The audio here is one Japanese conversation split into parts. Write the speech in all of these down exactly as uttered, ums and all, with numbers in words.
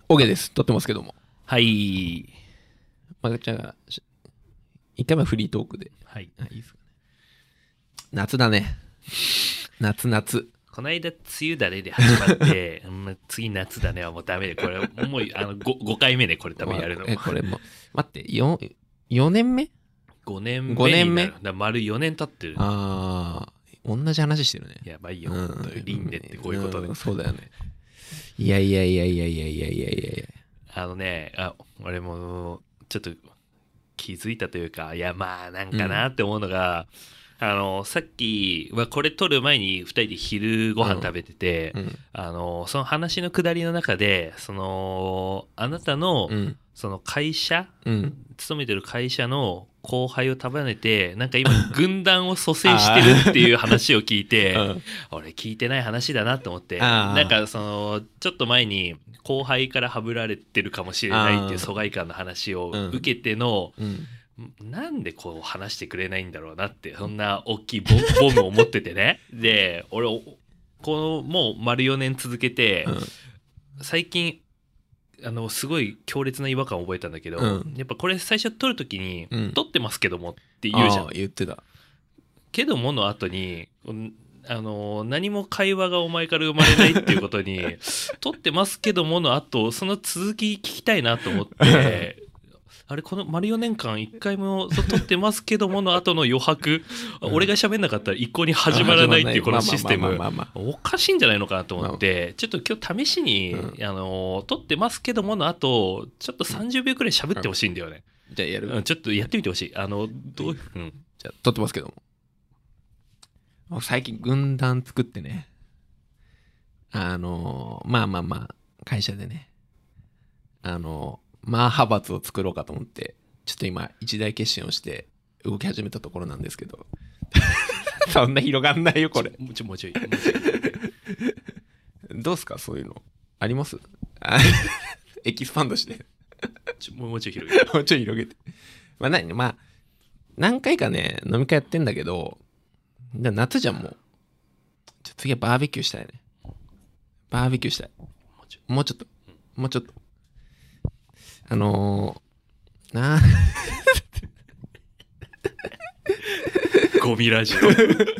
OK です。撮ってますけども。 はい。 まあ、じゃあ、一回目はフリートークで。 はい。 あ、いいですかね。夏だね。夏夏。 この間、梅雨だねで始まって、うん、次夏だねはもうダメで、これ、もうあの 5, ごかいめでこれ多分やるの。 え、これも、待って、よん、よねんめ ?ご 年目になる。だ丸よねん経ってる。 ああ、同じ話してるね。 やばいよ、うん、輪廻ってこういうことで、 うん。そうだよね。いやいやいやいやいやいやいやいやいや。 あのね、あ、俺もちょっと気づいたというか、いやまあなんかなって思うのが、うん、あのさっきはこれ撮る前にふたりで昼ご飯食べてて、うんうん、あのその話のくだりの中で、そのあなたの、うん、その会社、うん、勤めてる会社の後輩を束ねてなんか今軍団を蘇生してるっていう話を聞いて、うん、俺聞いてない話だなと思って、なんかそのちょっと前に後輩からはぶられてるかもしれないっていう疎外感の話を受けての、うんうん、なんでこう話してくれないんだろうなって、そんな大きいボボムを持っててねで俺このもう丸よねん続けて、うん、最近あのすごい強烈な違和感を覚えたんだけど、うん、やっぱこれ最初撮るときに、うん、撮ってますけどもって言うじゃん。 言ってたけどもの後にあの何も会話がお前から生まれないっていうことに撮ってますけどもの後その続き聞きたいなと思ってあれこの丸よねんかんいっかいも撮ってますけどもの後の余白、うん、俺が喋んなかったら一向に始まらないっていうこのシステムおかしいんじゃないのかなと思って、ちょっと今日試しに、うん、あの撮ってますけどもの後ちょっとさんじゅうびょうくらい喋ってほしいんだよね、 うん、じゃあやる、 うん、ちょっとやってみてほしい。あのどう、うん、 じゃあ撮ってますけども最近軍団作ってね、あのまあまあまあ会社でね、あのまあ派閥を作ろうかと思ってちょっと今一大決心をして動き始めたところなんですけどそんな広がんないよこれ。 もうちょもうちょいどうすかそういうのあります？エキスパンドしてちょもうちょい広げてもうちょい広げてまあ何まあ何回かね飲み会やってんだけど、夏じゃんもう。じゃ次はバーベキューしたいね。バーベキューしたい。もうちょっともうちょっとあのー、なあゴミラジオちょ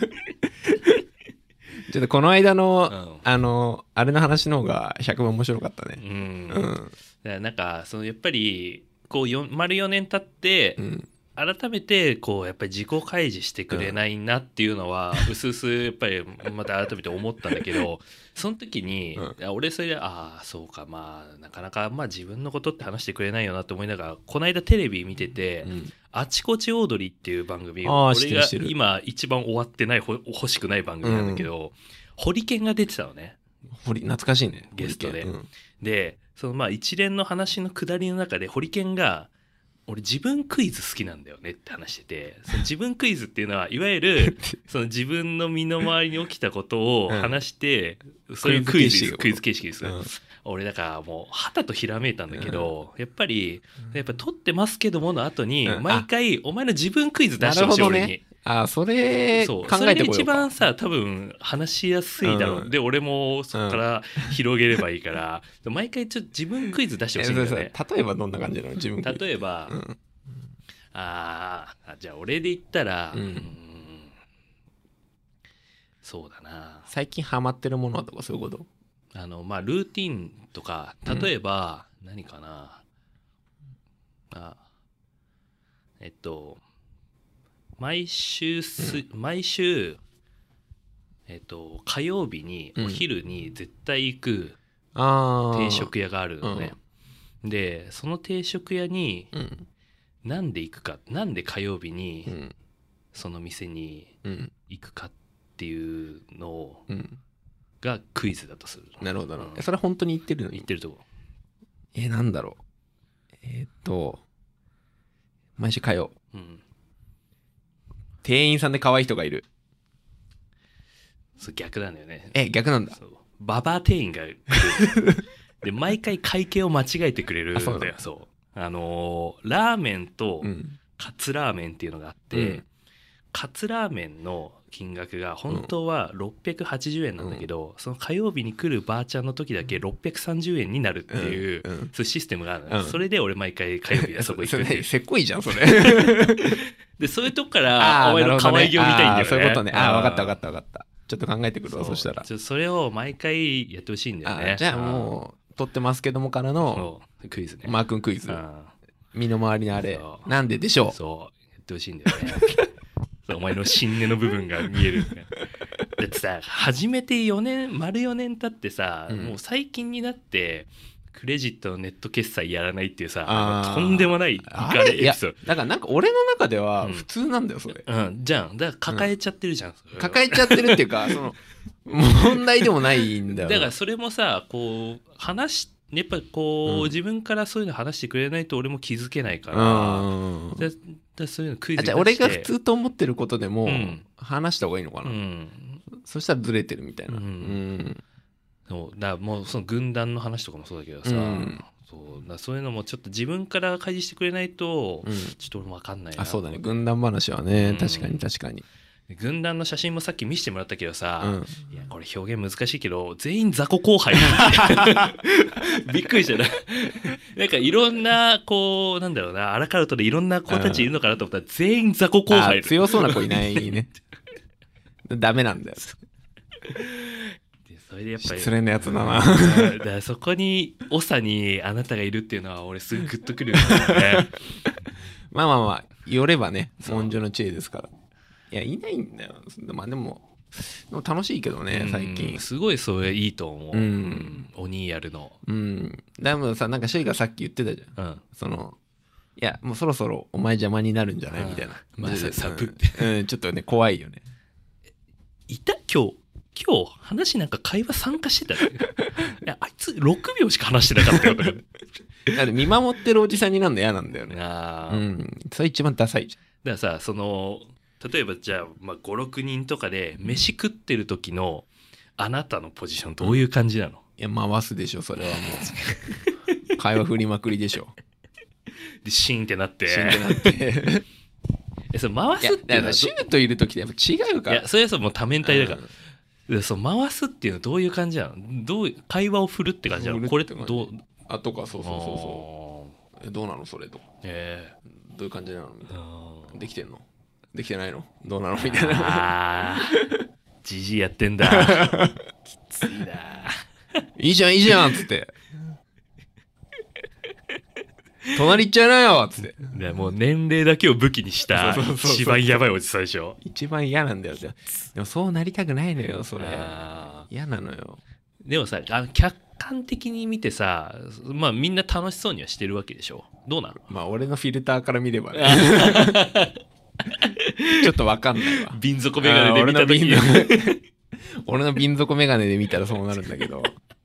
っとこの間の、うん、あのあれの話の方がひゃくばん面白かったね。うん、うん、 だからなんかそのやっぱりこうよ丸よねん経って、うん、改めてこうやっぱり自己開示してくれないなっていうのはうすうすやっぱりまた改めて思ったんだけどその時に、うん、俺それでああそうかまあなかなかまあ自分のことって話してくれないよなと思いながらこの間テレビ見てて、うん、あちこちオードリーっていう番組を俺が今一番終わってないほ欲しくない番組なんだけど、うん、ホリケンが出てたのね。 ホリ懐かしいねゲストで、うん、でそのまあ一連の話の下りの中でホリケンが俺自分クイズ好きなんだよねって話してて、その自分クイズっていうのはいわゆるその自分の身の回りに起きたことを話して、うん、そういうクイズクイズ形式です、うん、俺だからもうはたとひらめいたんだけど、うん、やっぱりやっぱ撮ってますけどもの後に毎回お前の自分クイズ出してほしい、俺に。 あ、それ考えてこようか。 それが一番さ多分話しやすいだろう、うん、で俺もそこから広げればいいから、うん、毎回ちょっと自分クイズ出してほしいんだよね。 例えばどんな感じなの？自分クイズ例えば、うん、ああじゃあ俺で言ったら、うんうん、そうだな最近ハマってるものとかそういうこと？ あのまあルーティンとか例えば、うん、何かなあえっと毎週す、うん、毎週えっと火曜日にお昼に絶対行く定食屋があるのね、うん、でその定食屋になんで行くか、なんで火曜日にその店に行くかっていうのを、うん、がクイズだとする。 なるほどな、うん、それは本当に言ってるの？ 言ってるところ。 えー、なんだろうえー、っと毎週火曜、うん、店員さんで可愛い人がいる。 そう逆なんだよね。 え逆なんだ。そうババア店員が来るで毎回会計を間違えてくれるんだよ。そうそうあのー、ラーメンとカツラーメンっていうのがあって、うん、カツラーメンの金額が本当はろっぴゃくはちじゅうえんなんだけど、うん、その火曜日に来るばあちゃんの時だけろっぴゃくさんじゅうえんになるっていう、うんうん、そういうシステムがあるの、うん、それで俺毎回火曜日でそこ行くっていうせっこいじゃんそれでそういうとこからお前の可愛げを見たいんだよね。 そういうことね。ああ分かった分かった分かった。ちょっと考えてくるわ。 そ, そしたらちょそれを毎回やってほしいんだよね。 あじゃあもう撮ってますけどもからのクイズね。 マー君クイズ、身の回りのあれなんででしょう。 そうやってほしいんだよねお前の新根の部分が見えるだってさ始めてよねん丸よねん経ってさ、うん、もう最近になってクレジットのネット決済やらないっていうさとんでもないイカレエピソード。 だからなんか俺の中では普通なんだよそれ、 うん、うん、じゃんだから抱えちゃってるじゃん、 うん、抱えちゃってるっていうかその問題でもないんだよ。 だからそれもさこう話しやっぱこう、うん、自分からそういうの話してくれないと俺も気づけないから、うん、だだそういうのクイズに出して。 じゃあ俺が普通と思ってることでも話した方がいいのかな、うん、そしたらずれてるみたいな、うんうん、 そうだもうその軍団の話とかもそうだけどさ、うん、そうだそういうのもちょっと自分から開示してくれないと、うん、ちょっと俺も分かんないな。 あそうだね軍団話はね、うん、確かに確かに。 軍団の写真もさっき見せてもらったけどさ、うん、いやこれ表現難しいけど全員雑魚後輩びっくりしたななんかいろんなこうなんだろうなアラカルトでいろんな子たちいるのかなと思ったら全員雑魚後輩いる。 強そうな子いないねダメなんだよそれでやっぱり失礼なやつだなだからそこに長にあなたがいるっていうのは俺すぐグッとくるんだよねまあまあまあ寄ればね文書の知恵ですから。いやいないんだよ。まあでもでも楽しいけどね最近。 すごいそれいいと思う、うん、鬼やるの。うんでもさなんかシェイがさっき言ってたじゃん、うん、そのいやもうそろそろお前邪魔になるんじゃないみたいな。 まあサブって、うん、ちょっとね怖いよね。 いた今日今日話なんか会話参加してた、ね、いやあいつろくびょうしか話してなかったよだって見守ってるおじさんになるの嫌なんだよね。あ、うん、それ一番ダサいじゃん。だからさその例えばじゃあ、まあ、ごろくにんとかで飯食ってる時のあなたのポジションどういう感じなの？ いや回すでしょそれはもう会話振りまくりでしょでシーンってなってシーンってなってえそれ回すっていうのはシュートいる時ってやっぱ違うから。 いやそれはそうもう多面体だから、うん、そう回すっていうのはどういう感じなの？どう会話を振るって感じなの？これどうあとかそうそうそうそうえどうなのそれと、えー、どういう感じなのみたいな。できてんのできてないのどうなのみたいな。 あジジイやってんだきついないいじゃんいいじゃんっつって隣行っちゃいなよっつってでもう年齢だけを武器にした一番やばいおじさんでしょ。 一番嫌なんだよ。でもそうなりたくないのよそれ。嫌なのよ。 でもさあの客観的に見てさまあみんな楽しそうにはしてるわけでしょ。どうなの？ まあ俺のフィルターから見ればねちょっとわかんないわ。 瓶底メガネで見た時に俺の瓶底メガネで見たらそうなるんだけど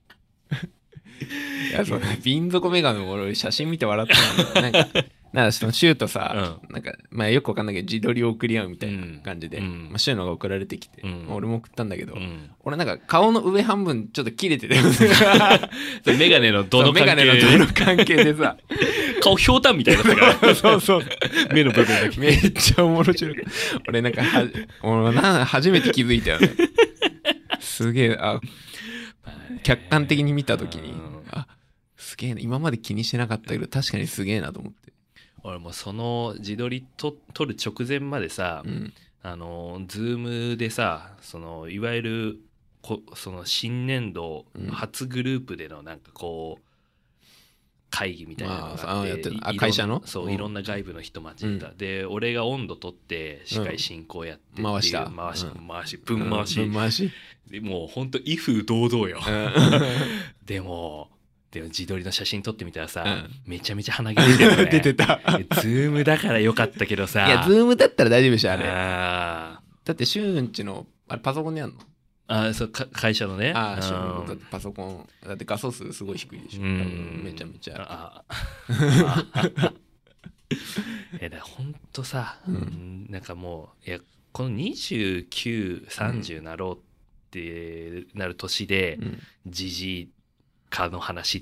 いやそう瓶底メガネも俺写真見て笑ったの。なんかなんかそのシュートさ、うん、なんかまあよくわかんないけど自撮りを送り合うみたいな感じで、うんまあ、シューのが送られてきて、うん、俺も送ったんだけど、うん、俺なんか顔の上半分ちょっと切れててメガネのどの関係メガネのどの関係でさ顔ひょうたんみたいなからそうそう目の部分だけめっちゃおもろしい。俺なんかは俺な初めて気づいたよね。すげえあ客観的に見た時にあすげえな今まで気にしてなかったけど確かにすげえなと思って。 俺もその自撮りと撮る直前までさ、うん、あのズームでさそのいわゆるこその新年度初グループでのなんかこう会議みたいなのがあって、 まあ、会社のそう、うん、いろんな外部の人混じった、うん、で俺が温度取って司会進行やってっていう、 うん、回した回し、うん、回し分回し、 うん、分回しでもうほんと威風堂々よ、うん、でもでも自撮りの写真撮ってみたらさ、うん、めちゃめちゃ鼻毛出てるよね出てたズームだからよかったけどさいやズームだったら大丈夫でしょあれあだってシューンちのあれパソコンにあんのあそうか会社のねああだってパソコンだって画素数すごい低いでしょうんめちゃめちゃあえだほんとさ、うん、なんかもういやこのにじゅうきゅう、さんじゅうなろうってなる年でじじいかの話って、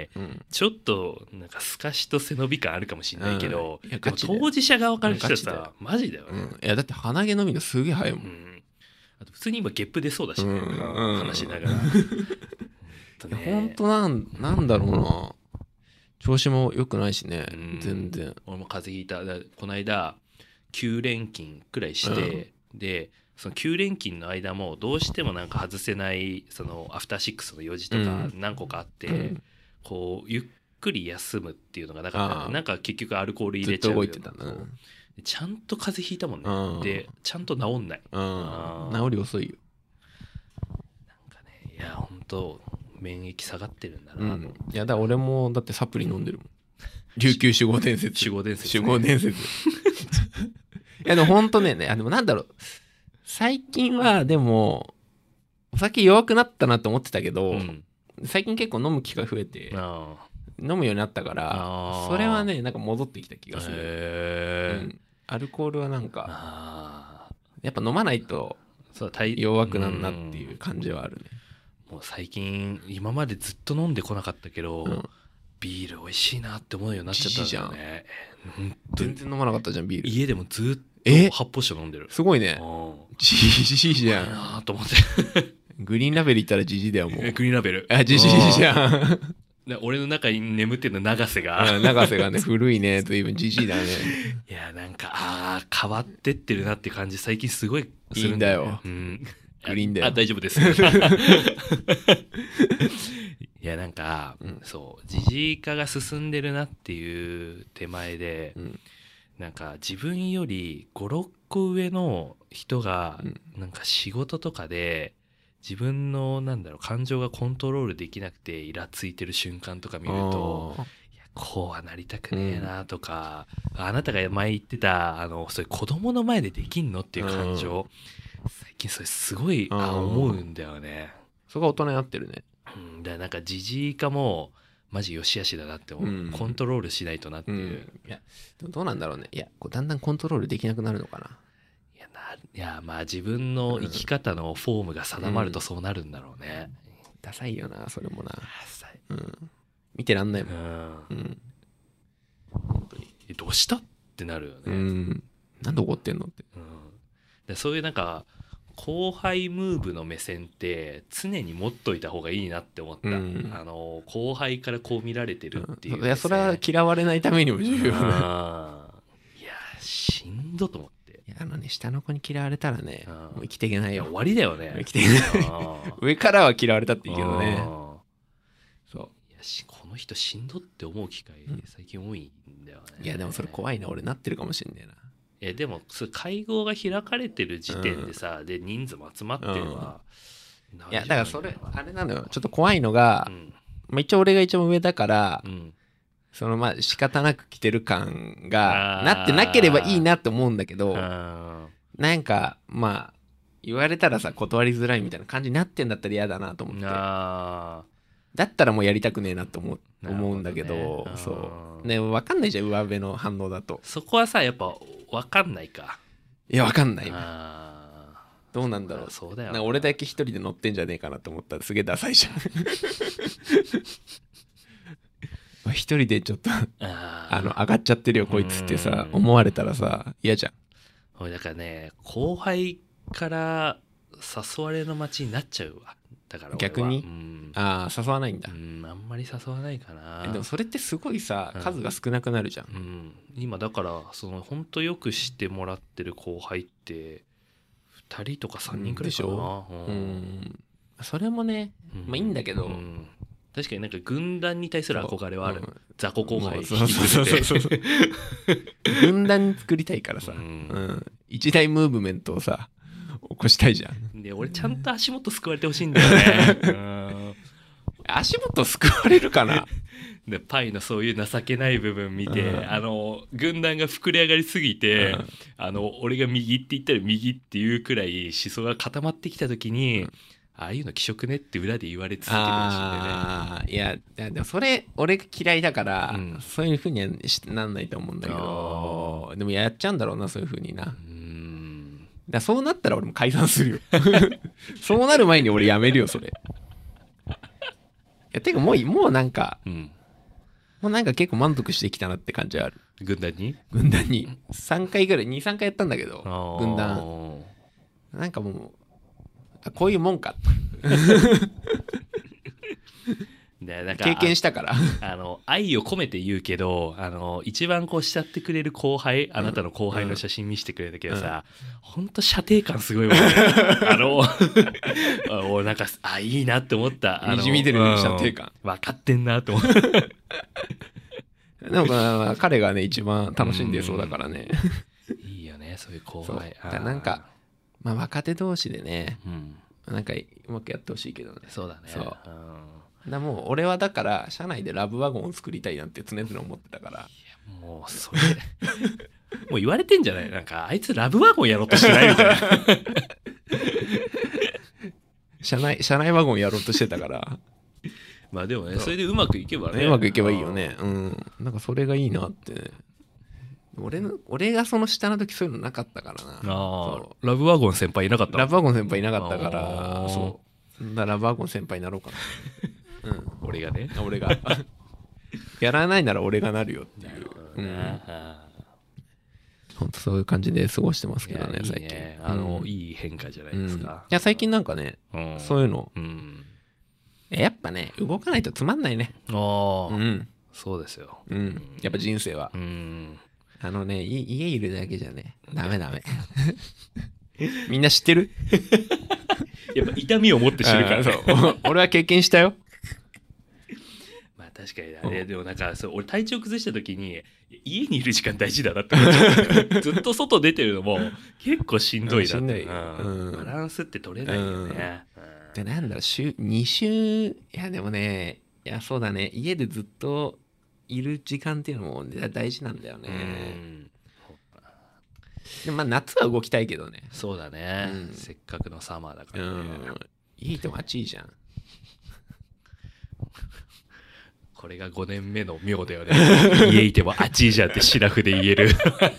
うん、ちょっとなんか透かしと背伸び感あるかもしれないけど、うん、いやでも当事者側からしたらさマジだよね、 うん、いやだって鼻毛伸びのすげえ早いもん、うんあと普通に今ゲップ出そうだしね、 うんうん話しながらいやほんとなんなんだろうな、調子も良くないしね、 うん全然。 俺も風邪ひいた。だこの間きゅう連勤くらいして、うん、でそのきゅう連勤の間もどうしてもなんか外せないそのアフターシックスの用事とか何個かあって、うん、こうゆっくり休むっていうのがなかった、ね、なんか結局アルコール入れちゃうよ。 ずっと動いてたんだ、ね、 ちゃんと風邪ひいたもんね。でちゃんと治んない。 治り遅いよ。 なんかね、いやほんと免疫下がってるんだなと、うん、 いやだから俺もだってサプリ飲んでるもん。琉球守護伝説。 守護伝説、 ね、守護伝説。いやでもほんとね、でもなんだろう、最近はでもお酒弱くなったなって思ってたけど、うん、最近結構飲む機会増えて飲むようになったから、それはねなんか戻ってきた気がする。うん、アルコールはなんかやっぱ飲まないと弱くなるなっていう感じはあるね。 もう最近今までずっと飲んでこなかったけど、うん、ビール美味しいなって思うようになっちゃったんだよね。 全然飲まなかったじゃんビール。 家でもずっと発泡酒飲んでる。 すごいね。ジジイじゃん。 あと思ってグリーンラベル行ったらジジイだよもう。 グリーンラベル。 あジジイじゃん。 俺の中に眠ってるの永瀬が永瀬がね古いね随分ジジイだね。 いやなんかああ変わってってるなって感じ最近すごいするんだよ。いいんだよ。 うん、 グリーンだよ。 あ大丈夫ですいやなんか、うん、そうジジイ化が進んでるなっていう手前で、うん、なんか自分よりごろっこ上の人が、うん、なんか仕事とかで自分のなんだろう感情がコントロールできなくてイラついてる瞬間とか見ると、いやこうはなりたくねえなとか、うん、あなたが前言ってたあのそれ子供の前でできんのっていう感情、最近それすごいあ思うんだよね。 そこが大人になってるね。 うん、だからなんかジジイ化もマジ良し悪しだなって思う、うん、コントロールしないとなっていう、うん、 いやでもどうなんだろうね。いやこうだんだんコントロールできなくなるのかな。 いやないやまあ自分の生き方のフォームが定まるとそうなるんだろうね、 うん、ダサいよなそれもな。ダサい、うん、見てらんないもん、うんうん、 本当にどうしたってなるよね、 うん、なんで怒ってんのって、うん、 でそういうなんか後輩ムーブの目線って常に持っといた方がいいなって思った、うん、あの後輩からこう見られてるっていう、 うん、いやそれは嫌われないためにも重要な。いやしんどと思って。 いやあのね下の子に嫌われたらねもう生きていけないよ。 終わりだよね。 生きていけない上からは嫌われたっていいけどね。 そういやしこの人しんどって思う機会最近多いんだよね、 うん、いやでもそれ怖いな俺なってるかもしんねえな。 えでも会合が開かれてる時点でさ、うん、で人数も集まってれば、 うん、いやだからそれあれなのよちょっと怖いのが、うんまあ、一応俺が一番上だから、うん、そのまあ仕方なく来てる感がなってなければいいなって思うんだけどなんかまあ言われたらさ断りづらいみたいな感じになってんだったら嫌だなと思ってだったらもうやりたくねえなって思う、思うんだけどそうね分かんないじゃん上辺の反応だと。 そこはさやっぱ分かんないか。 いや分かんないどうなんだろう。 そうだよなんか俺だけ一人で乗ってんじゃねえかなと思ったらすげえダサいじゃん一人でちょっとあの上がっちゃってるよこいつってさ思われたらさ嫌じゃん。 だからね後輩から誘われの街になっちゃうわ。だから逆に、うん、ああ誘わないんだ、 うん、あんまり誘わないかな。 でもそれってすごいさ数が少なくなるじゃん、 うんうん、今だからその本当よく知ってもらってる後輩ってふたりとかさんにんくらいかな、うん、でしょ、うん、 それもね、まあいいんだけど、うん、 確かになんか軍団に対する憧れはある、うん、雑魚後輩そうそうそうそうそう軍団作りたいからさ、うんうん、一大ムーブメントをさ起こしたいじゃん。 で俺ちゃんと足元救われてほしいんだよねうん足元救われるかなでパイのそういう情けない部分見て、うん、あの軍団が膨れ上がりすぎて、うん、あの俺が右って言ったら右っていうくらい思想が固まってきた時に、うん、ああいうの気色ねって裏で言われ続けてほしいんだよね。 あいやでもそれ俺が嫌いだから、うん、そういう風にはなんないと思うんだけどでもやっちゃうんだろうなそういう風にな。だそうなったら俺も解散するよそうなる前に俺やめるよそれ。いやてかもうもうなんか、うん、もうなんか結構満足してきたなって感じはある。 軍団に軍団にさんかいぐらいにさんかいやったんだけど軍団なんかもうあこういうもんかでなんか経験したからあの愛を込めて言うけどあの一番こう慕ってくれる後輩あなたの後輩の写真見せてくれたけどさ、うん、ほんと射程感すごいわねあのおなんかあいいなって思ったにじみ出る射程感、 うん、分かってんなと思ったでもまあ彼がね一番楽しんでそうだからねいいよねそういう後輩だなんか、まあ、若手同士でね、 うん、 なんかうまくやってほしいけどねそうだねそう、うん、だもう俺はだから社内でラブワゴンを作りたいなんて常々思ってたからいやもうそれもう言われてんじゃないなんかあいつラブワゴンやろうとしてないみたいな社内社内ワゴンやろうとしてたからまあでもねそれでうまくいけばねうまくいけばいいよねうんなんかそれがいいなって、ね、俺の俺がその下の時そういうのなかったからなあラブワゴン先輩いなかったラブワゴン先輩いなかったからそうだラブワゴン先輩になろうかな、うん、 俺がね俺がやらないなら俺がなるよっていう、うん、ほんとそういう感じで過ごしてますけどね最近いいねあの、うん、いい変化じゃないですか、うん、いや最近なんかね、うん、そういうの、うんやっぱね動かないとつまんないねああ、うん、そうですよ、 うん、やっぱ人生は、うん、あのね家いるだけじゃねダメダメみんな知ってるやっぱ痛みを持って知るからそう俺は経験したよまあ確かにあれでもなんかそう俺体調崩した時に家にいる時間大事だなって思っちゃってずっと外出てるのも結構しんどいなって、うん、しんどい、うん、バランスって取れないよね、うんでなんだろう週に週いやでもねいやそうだね家でずっといる時間っていうのも大事なんだよねうんでもまあ夏は動きたいけどねそうだね、うん、せっかくのサマーだからね、うん、 家いても暑いじゃんこれがごねんめの妙だよね家いても暑いじゃんってシラフで言える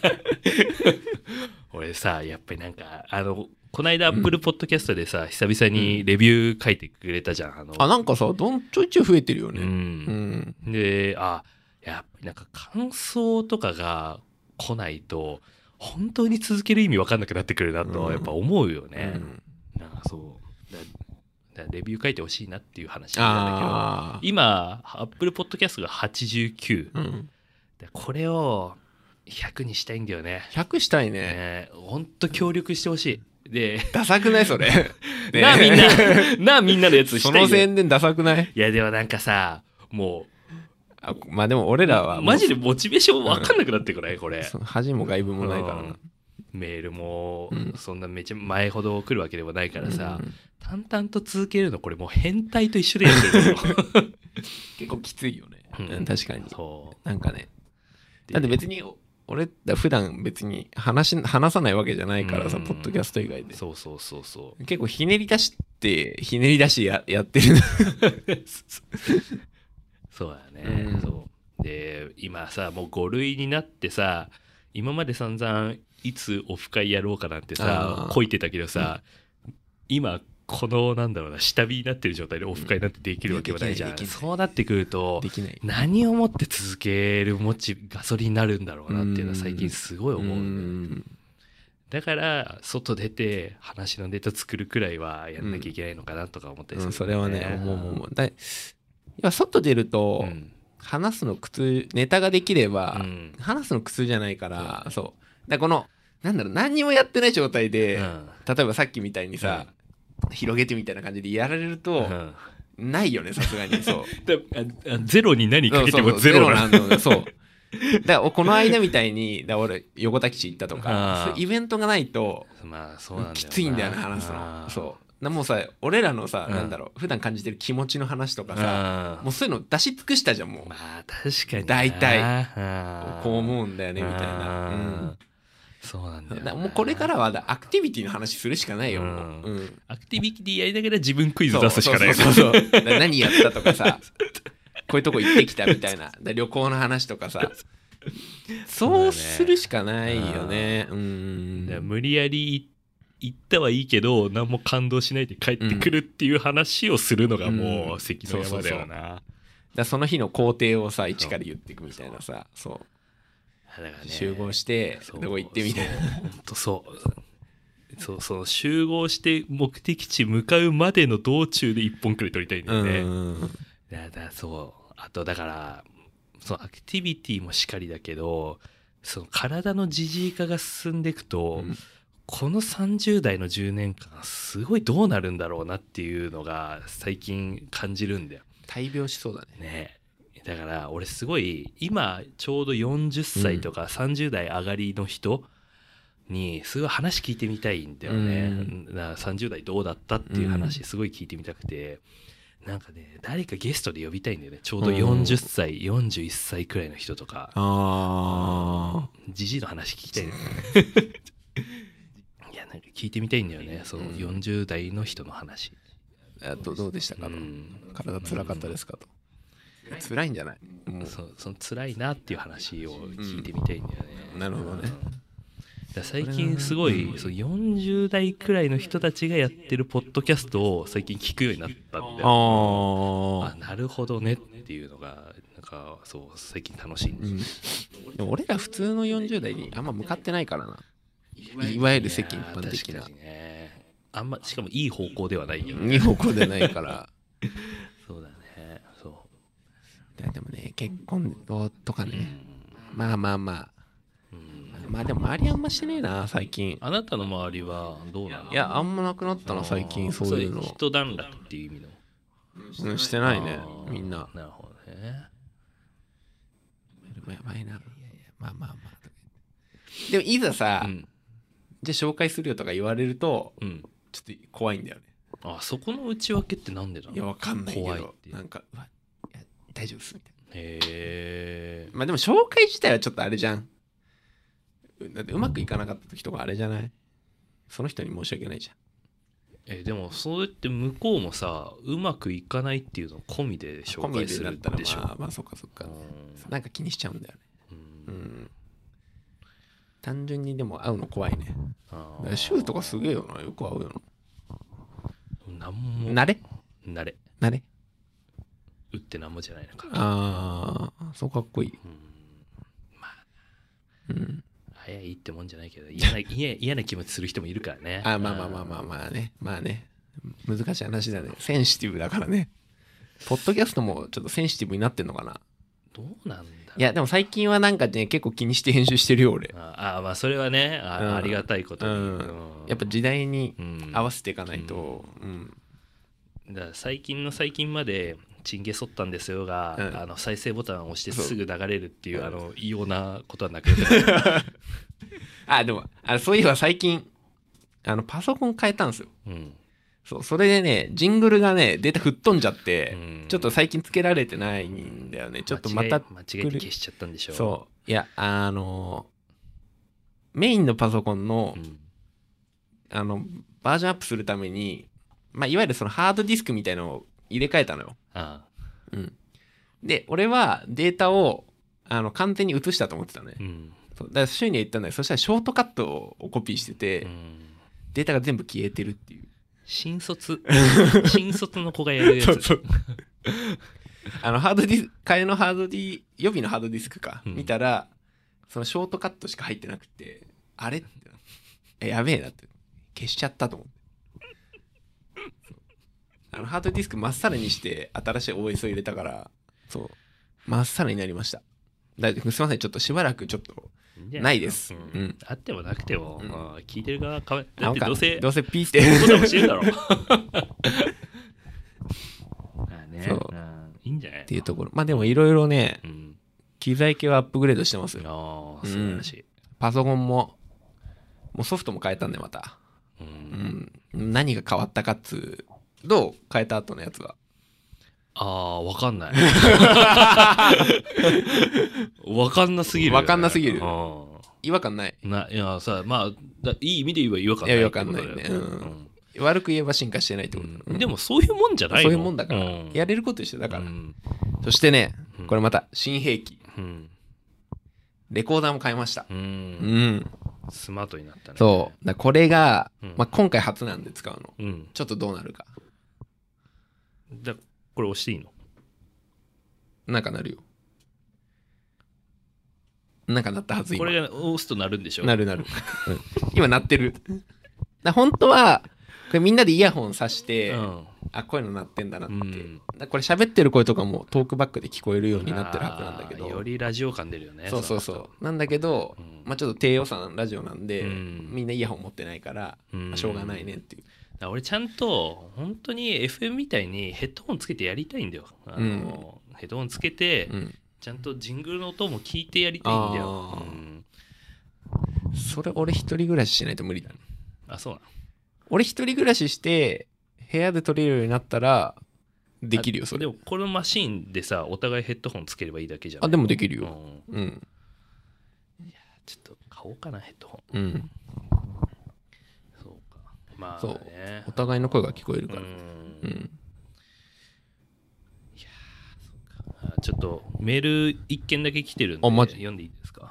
俺さやっぱりなんかあのこの間アップルポッドキャストでさ、うん、久々にレビュー書いてくれたじゃんあのあなんかさどんちょいちょい増えてるよね、 うんうん、であやっぱりなんか感想とかが来ないと本当に続ける意味分かんなくなってくるなとやっぱ思うよね、うん、なんかそうだだレビュー書いてほしいなっていう話なんだけど今アップルポッドキャストがはちじゅうきゅう、うん、でこれをひゃくにしたいんだよねひゃくしたいねねほんと協力してほしいでダサくないそれ、ね、 なあみんななあみんなのやつしたいその宣伝ダサくない？ いやでもなんかさもうあまあでも俺らはマジでモチベーション分かんなくなってくない、うん、これ恥も外部もないからな、 うん、メールもそんなめちゃ前ほど来るわけでもないからさ、うん、淡々と続けるのこれもう変態と一緒でやってるの結構きついよね、うん、確かにそうなんかねだって別に俺普段別に話話さないわけじゃないからさ、うん、ポッドキャスト以外でそうそうそうそう結構ひねり出してひねり出し や, やってるそうだね、うん、そうで今さもうご類になってさ今まで散々いつオフ会やろうかなんてさこいてたけどさ、うん、今このなんだろうな下火になってる状態でオフ会なんてできるわけはないじゃん、うん、そうなってくるとできない何をもって続けるモチガソリンになるんだろうなっていうのは最近すごい思う、ね、うんだから外出て話のネタ作るくらいはやんなきゃいけないのかなとか思ったりする、ねうん、 それはね思う思うだいや外出ると、うん、話すの苦痛ネタができれば、うん、話すの苦痛じゃないから、うん、そうだこのなんだろう何にもやってない状態で、うん、例えばさっきみたいにさ、うん、広げてみたいな感じでやられると、うん、ないよねさすがにそうゼロに何かけてもゼロなんだそうだからこの間みたいにだ俺横田基地行ったとかそういうイベントがないと、 まあそうなんだよなきついんだよね話すのそうもうさ俺らのさ、うん、なんだろう普段感じてる気持ちの話とかさ、うん、もうそういうの出し尽くしたじゃんもうまあ確かに大体こう思うんだよねみたいな、うん、 そうなんだよだもうこれからはアクティビティの話するしかないよ、うんうん、アクティビティやりながら自分クイズ出すしかないそうそうそうそう何やったとかさこういうとこ行ってきたみたいな旅行の話とかさそうするしかないよね、うん、 無理やり行ったはいいけど何も感動しないで帰ってくるっていう話をするのがもう関の山だよな。 だその日の工程をさ一から言っていくみたいなさそうだから、ね、集合してどこ行ってみたいな本当そうそうそう集合して目的地向かうまでの道中でいっぽんくらい撮りたいんだよね。 うんだだそうあとだからそのアクティビティもしかりだけどその体の自治化が進んでいくと、 うんこのさんじゅう代のじゅうねんかんすごいどうなるんだろうなっていうのが最近感じるんだよ大病しそうだね。 ね。だから俺すごい今ちょうどよんじゅっさいとかさんじゅう代上がりの人にすごい話聞いてみたいんだよね、 うん、 だからさんじゅう代どうだったっていう話すごい聞いてみたくて、なんかね誰かゲストで呼びたいんだよね。ちょうどよんじゅっさい、よんじゅういっさいくらいの人とか、 あじじいの話聞きたいねいやなんか聞いてみたいんだよね、そのよんじゅう代の人の話。 あどどうでしたかと、 うん体辛かったですかと。辛いんじゃないもう。 そうその辛いなっていう話を聞いてみたいんだよね、 なるほどね。 だから最近すごいそのよんじゅう代くらいの人たちがやってるポッドキャストを最近聞くようになったんだよ。 ああなるほどねっていうのがなんかそう最近楽しいんです、 うん、でも俺ら普通のよんじゅう代にあんま向かってないからな。いわゆる世間一般的な。 確かにね。あんましかもいい方向ではないよね。 いい方向でないからそうだね。そうでもね結婚とかね、 うんまあまあまあ、うん、まあでも周りあんましてねえな最近。 あなたの周りはどうなの？ いやあんまなくなったな最近そういうの。 そ一段落っていう意味の。 うん、してないねみんな。 なるほどね。 やばいな。いやいやまあまあまあ。でもいざさ、うん、じゃあ紹介するよとか言われると、うん、ちょっと怖いんだよね。 あそこの内訳ってなんでだろう。 いやわかんないけど怖いってなんかうわいや大丈夫ですみたいな。 へえ。 まあでも紹介自体はちょっとあれじゃん。だってうまくいかなかった時とかあれじゃない？その人に申し訳ないじゃん。 えでもそうやって向こうもさうまくいかないっていうのを込みで紹介するでしょ。 まあまあそっかそっか。なんか気にしちゃうんだよね。うん。うん、単純にでも会うの怖いね。あシューとかすげえよな。よく会うよな。なんも慣れ慣れ慣れ打ってなんもじゃないのか。 ああそうかっこいい。うんまあうん早いってもんじゃないけど嫌な嫌嫌な気持ちする人もいるからね。 あまあまあまあまあまあねまあね難しい話だね。センシティブだからね。ポッドキャストもちょっとセンシティブになってんのかな。 どうなんだ。 いやでも最近はなんかね結構気にして編集してるよ俺。 ああまあそれはね あ,、うん、ありがたいことに、うんうん、やっぱ時代に合わせていかないと、 うんうん、だから最近の最近までチンゲソったんですよが、うん、あの再生ボタンを押してすぐ流れるっていうあの異様なことはなくなあでもあそういえば最近あのパソコン変えたんですよ、うん、そうそれでねジングルがねデータ吹っ飛んじゃって、うん、ちょっと最近つけられてないんだよね。ちょっとまた間違えて消しちゃったんでしょ。 そういやあのメインのパソコンの、うん、あのバージョンアップするために、まあ、いわゆるそのハードディスクみたいのを入れ替えたのよ。ああ、うん、で俺はデータをあの完全に移したと思ってたのね、うん、そうだから週には言ったんだけどそしたらショートカットをコピーしてて、うん、データが全部消えてるっていう新卒新卒の子がやるやつそうそうあのハードディスク替えのハードディ予備のハードディスクか、うん、見たらそのショートカットしか入ってなくてあれってえやべえなって消しちゃったと思ってあのハードディスクまっさらにして新しい オーエス を入れたからそうまっさらになりました。だすいませんちょっとしばらくちょっとないです、 うんうん、あってもなくても、うん、聞いてる側かわいだってどうせどうせピーってこともしてるだろあ、ね、そういいんじゃないっていうところ。まあでもいろいろね、うん、機材系はアップグレードしてますよ。 あ素晴らしい、うん、 パソコンももうソフトも変えたんでまた、うんうん、何が変わったかっつうどう変えた後のやつはあーわかんないわかんなすぎる、ね、 わかんなすぎる違和感ないないやさまあだいい意味で言えば違和感ない違和感ないね、うんうん、悪く言えば進化してないってこと、 うん、でもそういうもんじゃないの。 そういうもんだから、うん、やれること一緒だから、うん、そしてねこれまた新兵器、うん、レコーダーも買いました、うん、うん、 スマートになったね。 そうだこれが、うんまあ、今回初なんで使うの、うん、ちょっとどうなるか。 だこれ押していいの？ なんかなるよ。なんかなったはず今。 これが押すとなるんでしょ？ なるなる、うん、今なってるだ本当はこれみんなでイヤホンさして、 うん、 あこういうの鳴ってんだなって、うん、だこれ喋ってる声とかもトークバックで聞こえるようになってるはずなんだけど、 よりラジオ感出るよね。 そうそうそうなんだけど、うん、まあちょっと低予算ラジオなんで、うん、みんなイヤホン持ってないから、うん、しょうがないねっていう。 だ俺ちゃんと本当に エフエム みたいにヘッドホンつけてやりたいんだよ。あの、うん、ヘッドホンつけて、うん、ちゃんとジングルの音も聞いてやりたいんだよ。 うん、それ俺一人暮らししないと無理だね。 あ、そうなの。 俺一人暮らしして部屋で撮れるようになったらできるよそれ。 でもこのマシンでさお互いヘッドホンつければいいだけじゃん。 あでもできるよ。うん。うん、 いやちょっと買おうかなヘッドホン。うん。そうか。まあ、ね、そうお互いの声が聞こえるから。うん。うん、 いやそうか。ちょっとメール一件だけ来てるんで読んでいいですか。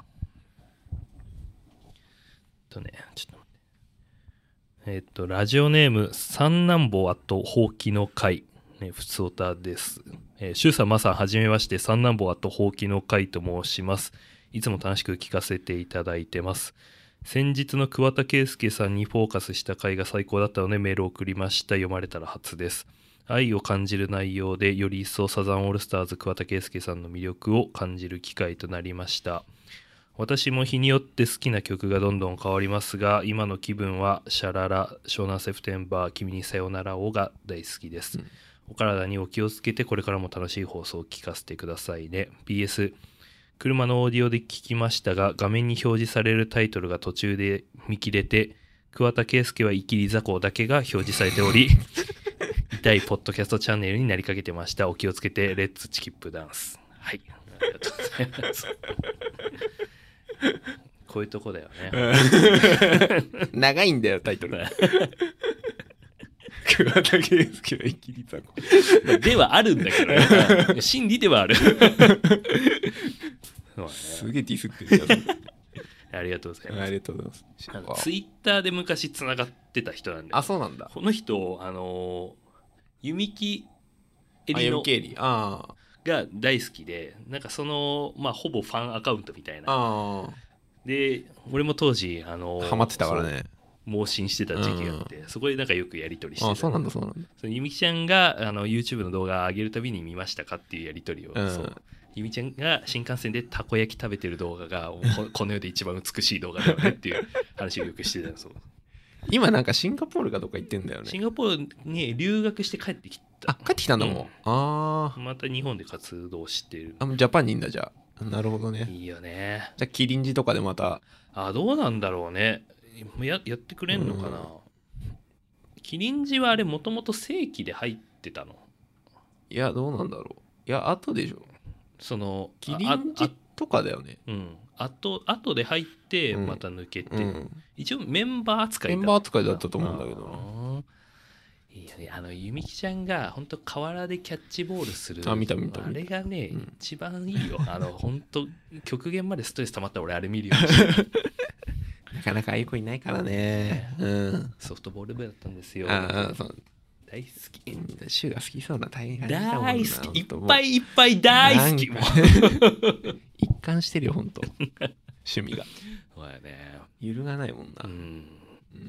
とねちょっと。えっと、ラジオネーム、三男坊あとほうきの会、ね、ふつおたです。えー、しゅうさん、まさん、はじめまして、三男坊あとほうきの会と申します。いつも楽しく聞かせていただいてます。先日の桑田佳祐さんにフォーカスした回が最高だったのでメールを送りました。読まれたら初です。愛を感じる内容で、より一層サザンオールスターズ桑田佳祐さんの魅力を感じる機会となりました。私も日によって好きな曲がどんどん変わりますが、今の気分はシャララ、湘南セプテンバー、君にさよならをが大好きです、うん、お体にお気をつけてこれからも楽しい放送を聞かせてくださいね。 ピーエス 車のオーディオで聞きましたが、画面に表示されるタイトルが途中で見切れて、桑田佳祐はイキリザコだけが表示されており痛いポッドキャストチャンネルになりかけてました。お気をつけて。レッツチキップダンス。はい、ありがとうございますこういうとこだよね長いんだよタイトル桑田佳祐はイキリザコではあるんだけどね真理ではあるすげえディスってるありがとうございます。 ありがとうございます。 ツイッターで昔つながってた人なんで。 あ、そうなんだ。 この人あの弓木エリのが大好きで、なんかそのまあほぼファンアカウントみたいな。あで俺も当時あのハマってたからね。 盲信してた時期があって、うん、そこでなんかよくやり取りしてた。 あ、そうなんだそうなんだ。 そのゆみちゃんがあの YouTube の動画上げるたびに見ましたかっていうやり取りを、うん、そうゆみちゃんが新幹線でたこ焼き食べてる動画がこの世で一番美しい動画だよねっていう話をよくしてた。そう今なんかシンガポールかどっか行ってんだよね。 シンガポールに留学して帰ってきた。 あ、帰ってきたんだもん、うん、ああまた日本で活動してる。 あジャパンにいんだ。じゃあなるほどね。 いいよね。 じゃあキリンジとかでまたあどうなんだろうね。 や, やってくれんのかな、うん、キリンジはあれもともと正規で入ってたの？ いやどうなんだろう。いや後でしょ。 そのキリンジとかだよね。 うんあと後で入ってまた抜けて、うんうん、一応メンバー扱いだメンバー扱いだったと思うんだけどな。 いやね、あのゆみきちゃんが本当河原でキャッチボールするあ見た見たあれがね、うん、一番いいよ。あの本当極限までストレス溜まったら俺あれ見るようにしてなかなかああいう子いないからね、うん、 ソフトボール部だったんですよ。 ああそう大好き。 シュが好きそうな大変大好きいっぱいいっぱい大好きも一貫してるよ本当趣味がそうやね揺るがないもんな。うん、うん、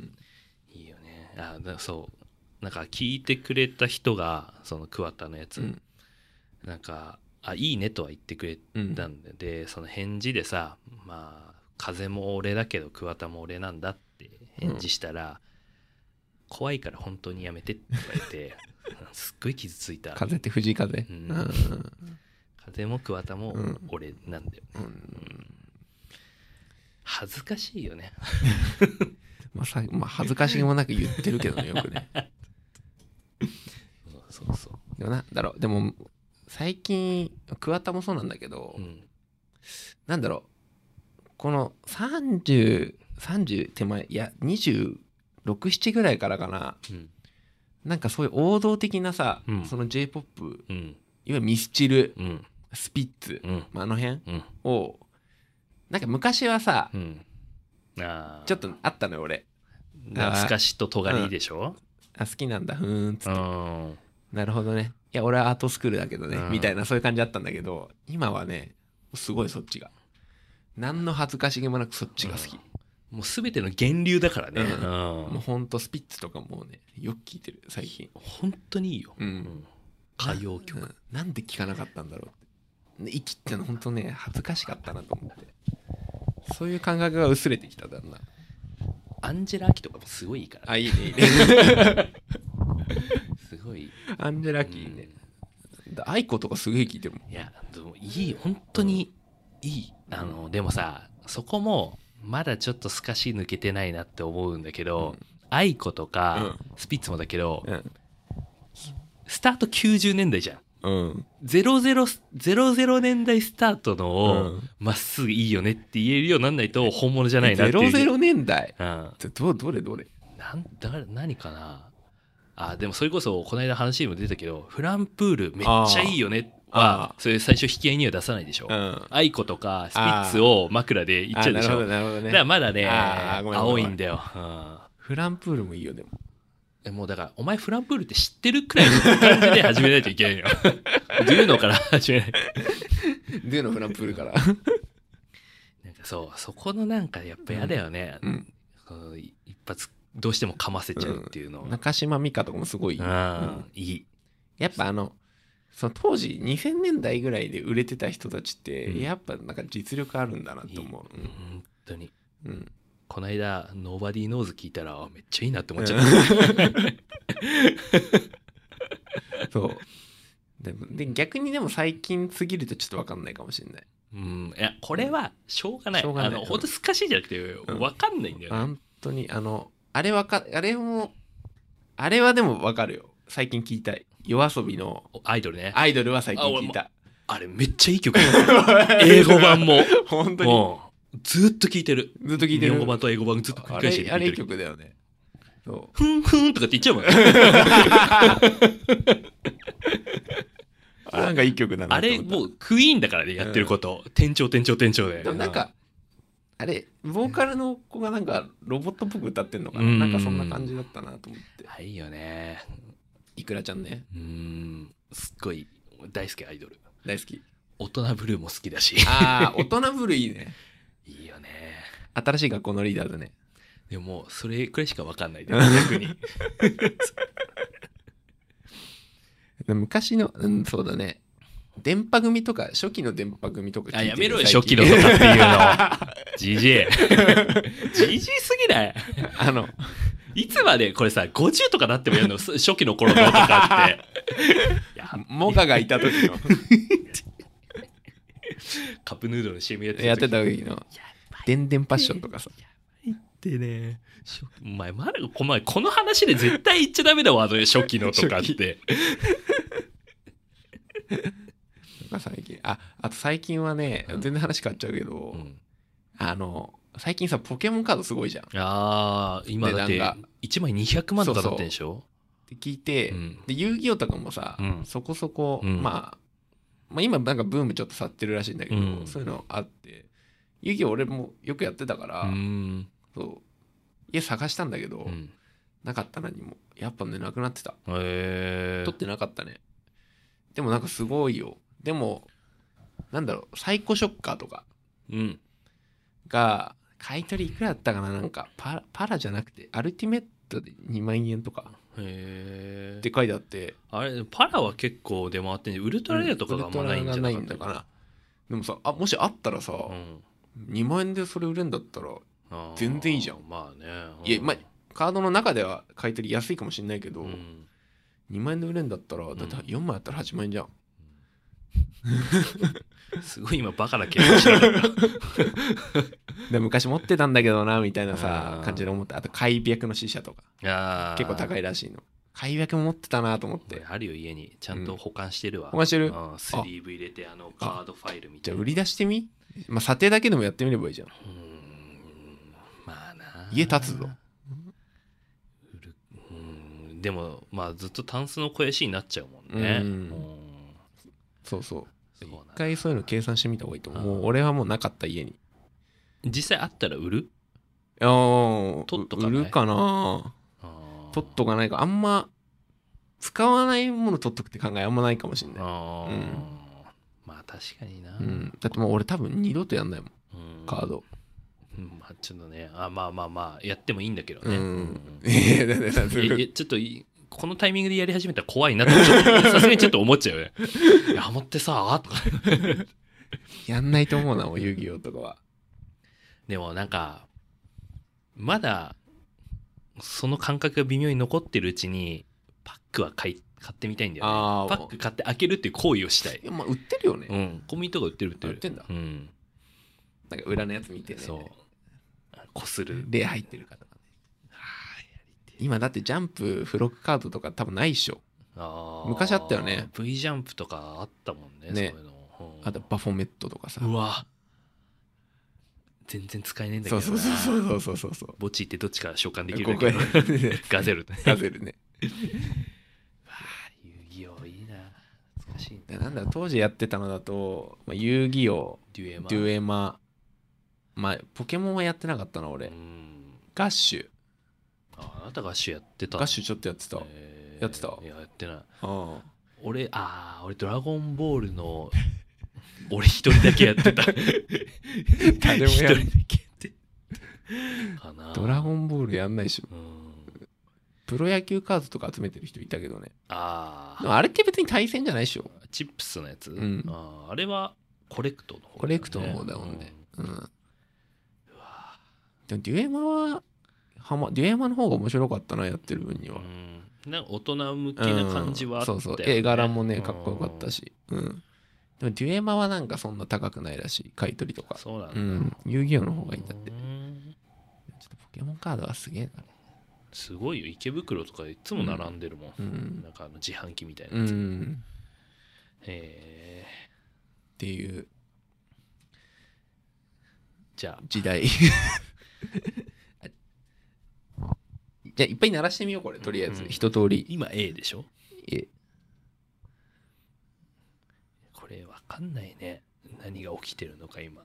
いいよね。あだそうなんか聞いてくれた人がその桑田のやつ、うん、なんかあいいねとは言ってくれたんで、うん、でその返事でさまあ風も俺だけど桑田も俺なんだって返事したら、うん、怖いから本当にやめてって言われてすっごい傷ついた。 風って藤井風、うん、 風も桑田も俺なんだよね、うんうん、恥ずかしいよねまあさ、まあ、恥ずかしげもなく言ってるけどねよくねそうそうそう。 でもなんだろうでも最近桑田もそうなんだけど、うん、なんだろうこのさんじゅう、さんじゅう手前いやにじゅうろく、ななぐらいからかな、うん、なんかそういう王道的なさ、うん、その J-ポップ、うん、いわゆるミスチル、うん、スピッツ、うんまあ、あの辺、うん、をなんか昔はさ、うん、あちょっとあったのよ俺。 懐かしと尖りでしょ、 うん、あ好きなんだふーんっつって、うん、なるほどねいや俺はアートスクールだけどね、うん、みたいなそういう感じあったんだけど今はねすごいそっちが何の恥ずかしげもなくそっちが好き、うん、 もう全ての源流だからね、 うんうん、 もうほんとスピッツとかもうねよく聴いてる最近。 本当にいいよ、 うんうん歌謡曲、 うん、なんで聴かなかったんだろうって、生きってのほんとね恥ずかしかったなと思って、そういう感覚が薄れてきただんだん。 アンジェラ・アキとかもすごいいいから、ね、 あいいねいいねすごいアンジェラ・キーね、アイコとかすげえ聴いてるもん。 いやでもいい本当にいい、うん、あのでもさそこもまだちょっと透かし抜けてないなって思うんだけど、うん、アイコとか、うん、スピッツもだけど、うん、スタートきゅうじゅうねんだいじゃん、うん、ゼロゼロ ゼロゼロねんだいスタートのをま、うん、っすぐいいよねって言えるようになんないと本物じゃないなっていう。 ゼロゼロねんだい、 うん、 ど, どれどれなんだ何かなあ。でもそれこそこの間話にも出たけどフランプールめっちゃいいよねはそれ最初引き合いには出さないでしょ、うん、アイコとかスピッツを枕で言っちゃうでしょ。なるほど、ね、だからまだね青いんだよ、うん、 フランプールもいいよ。でももうだからお前フランプールって知ってるくらいの感じで始めないといけないよデューノから始めないデューノフランプールからなんかそうそこのなんかやっぱ嫌だよね、うん、一発どうしてもかませちゃうっていうの、 うん、中島美嘉とかもすごいいい、うん、 いい。やっぱあのその当時にせんねんだいぐらいで売れてた人たちって、うん、やっぱなんか実力あるんだなと思う。 いい、うん、本当に、うん、この間ノーバディーノーズ聞いたらめっちゃいいなって思っちゃった、うん、 そうでで逆にでも最近すぎるとちょっと分かんないかもしれない。 うん、いやこれはしょうがない、うん、あの本当すかしいじゃなくて分かんないんだよね、 うん、本当にあのあれわかあれもあれはでも分かるよ。最近聞いたい夜遊びのアイドルね。 アイドルは最近聞いた。 あ, あれめっちゃいい曲英語版も本当にずっと聞いてる。 ずっと聞いてる。 日本語版と英語版ずっと繰り返して聞いてる。 あれいい曲だよね。 そうふんふんとかって言っちゃうもんねあなんかいい曲だな。 あれもうクイーンだからねやってること、うん、店長店長店長で。 でもなんかあれボーカルの子がなんかロボットっぽく歌ってんのかな、うん、なんかそんな感じだったなと思って。 あいいよねいくらちゃんね。 うんすっごい大好きアイドル。 大好き。 大人ブルーも好きだし。 ああ大人ブルーいいね。 いいよね。 新しい学校のリーダーだね。 でもそれくらいしか分かんないで逆に昔の、うん、そうだね電波組とか初期の電波組とか聞いてる。 あやめろよ初期のとかっていうのジージー ジージーすぎない。 あのいつまでこれさごじゅうとかなってもやるの初期の頃のとかってモガがいた時のカップヌードルの シーエム やってた時やってた時の電電パッションとかさってね、お前まだこのこの話で絶対言っちゃダメだわあの初期のとかって最近ああと最近はね、うん、全然話変わっちゃうけど、うん、あの最近さポケモンカードすごいじゃん。 あー今だっていちまいにひゃくまんとかだってんでしょ。そうそうって聞いて、うん、で遊戯王とかもさ、うん、そこそこ、うん、まあまあ今なんかブームちょっと去ってるらしいんだけど、うん、そういうのあって遊戯王俺もよくやってたから、うん、そう家探したんだけど、うん、なかった。何もやっぱねなくなってた。へー取ってなかったね。でもなんかすごいよ。でもなんだろうサイコショッカーとかが買い取りいくらだったかな。なんかパラ、パラじゃなくてアルティメットでにまんえんとかへーって書いてあって、 あれパラは結構出回ってんじゃん。ウルトラレアとかがあんまないんじゃなかったかな。 でもさあもしあったらさ、うん、にまんえんでそれ売れんだったら全然いいじゃん。 まあね、うん、 いやまあカードの中では買い取り安いかもしれないけど、うん、にまんえんで売れんだったらだってよんまいあったらはちまんえんじゃん、 うん、すごい今バカな計算してなかったで昔持ってたんだけどなみたいなさ感じで思って。あと開闢の C 社とか結構高いらしいの。開闢も持ってたなと思って。 あるよ家にちゃんと保管してるわ、 うん、保管してる、 うん、スリーブ入れてあのカードファイルみたいな。 じゃあ売り出してみ。まあ査定だけでもやってみればいいじゃん。うんまあな家建つぞ。 売るうんでもまあずっとタンスの肥やしになっちゃうもんね。うんうんそうそう一回そういうの計算してみた方がいいと思う。もう俺はもうなかった家に。 実際あったら売る？ ああ取っとかない？売るかな。取っとかないか。あんま使わないもの取っとくって考えあんまないかもしれない。あ、うん、 まあ確かにな、 うん、だってもう俺多分二度とやんないもん、うん、カードうんまあ、ちょっとねあまあまあまあやってもいいんだけどね、 うんうんいやだってさいやいやちょっとこのタイミングでやり始めたら怖いなってさすがにちょっと思っちゃうよねいやハマってさとかやんないと思うなもう遊戯王とかは。 でもなんかまだその感覚が微妙に残ってるうちにパックは買い買ってみたいんだよね。 あーパック買って開けるっていう行為をしたいい。やまあ売ってるよね、 うん、コンビニとか売ってる売ってる売ってんだうん、 なんか裏のやつ見てね、 そうこする例入ってる方がね。今だってジャンプ付録カードとか多分ないっしょ。 あー昔あったよね V ジャンプとかあったもんねねそういうの、うんあとバフォメットとかさ。 うわ全然使えねえんだけどなそうそうそうそうそうそうそう墓地ってどっちから召喚できるここんだけどへガゼルガゼルね。 わあ遊戯王いいな懐かしいでなんだろう当時やってたのだと、まあ、遊戯王デュエマデュエマまあポケモンはやってなかったな俺。 うんガッシュああなたガッシュやってたガッシュちょっとやってた。 えーやってたいややってないあ俺ああ俺ドラゴンボールの俺一人だけやってた誰もや一人だけやってかなドラゴンボールやんないしうんプロ野球カードとか集めてる人いたけどね。 ああでもあれって別に対戦じゃないでしょ。 チップスのやつ、 んあーあれはコレクトの方だよね、 コレクトの方だもんね。うん。 うわでもデュエマははまデュエマの方が面白かったなやってる分には。 うんなんか大人向きな感じはあったよね、 うんそうそう絵柄もねかっこよかったし、うん、でもデュエマはなんかそんな高くないらしい買い取りとか。 そうなんだ、 うん遊戯王の方がいいんだって。ちょうんっとポケモンカードはすげえな。 すごいよ池袋とかいつも並んでるもん、 うんなんかあの自販機みたいなうやつ、 んへえっていうじゃあ時代じゃあいっぱい鳴らしてみようこれとりあえず、 うん一通り。 今 A でしょえこれわかんないね何が起きてるのか今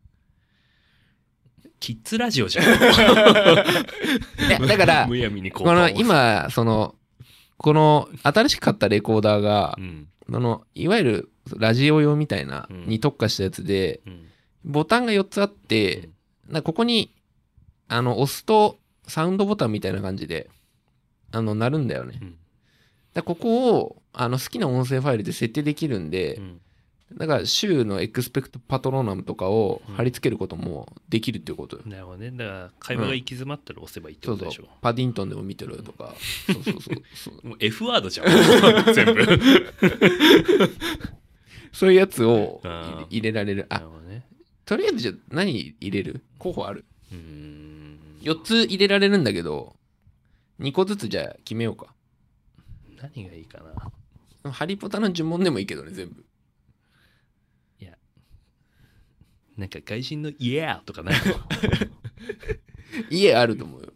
キッズラジオじゃんいやだからむやみにここの今そのこの新しく買ったレコーダーがう、んそのいわゆるラジオ用みたいなうんに特化したやつでうんボタンがよっつあって、なんかここにあの押すとサウンドボタンみたいな感じであの鳴るんだよね。 うんだからここをあの好きな音声ファイルで設定できるんで、 うんだから週のエクスペクトパトローナムとかを貼り付けることもできるっていうことよ。 なるほどねだから会話が行き詰まったら押せばいいってそうそうことでしょ、 パディントンでも見てるとか、そうそうそうそうもう F ワードじゃん全部そういうやつをあー入れられる。 なあるほどねとりあえずじゃあ何入れる候補あるうーんよっつ入れられるんだけどにこずつじゃあ決めようか。 何がいいかなハリポタの呪文でもいいけどね全部。 いやなんか外人の「イエー!」とかないの家あると思うよ。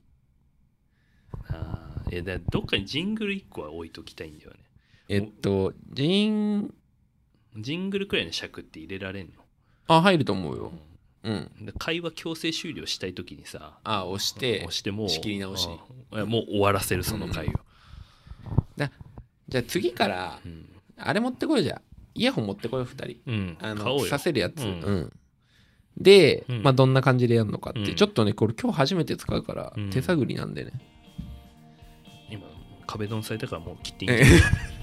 あーいやだからどっかにジングルいっこは置いときたいんだよねえっとジンジングルくらいの尺って入れられんの、 あ入ると思うよ。うん。 で会話強制終了したいときにさあ押して押してもう仕切り直しうんいやもう終わらせるその回を、 じゃあ次からうんあれ持ってこようじゃあイヤホン持ってこようふたり。 うんあ買おうよのさせるやつ。 ううんん。で、 うんまあどんな感じでやるのかって、 うんちょっとねこれ今日初めて使うからうん手探りなんでね。 今壁ドンされたからもう切っていいんえじゃない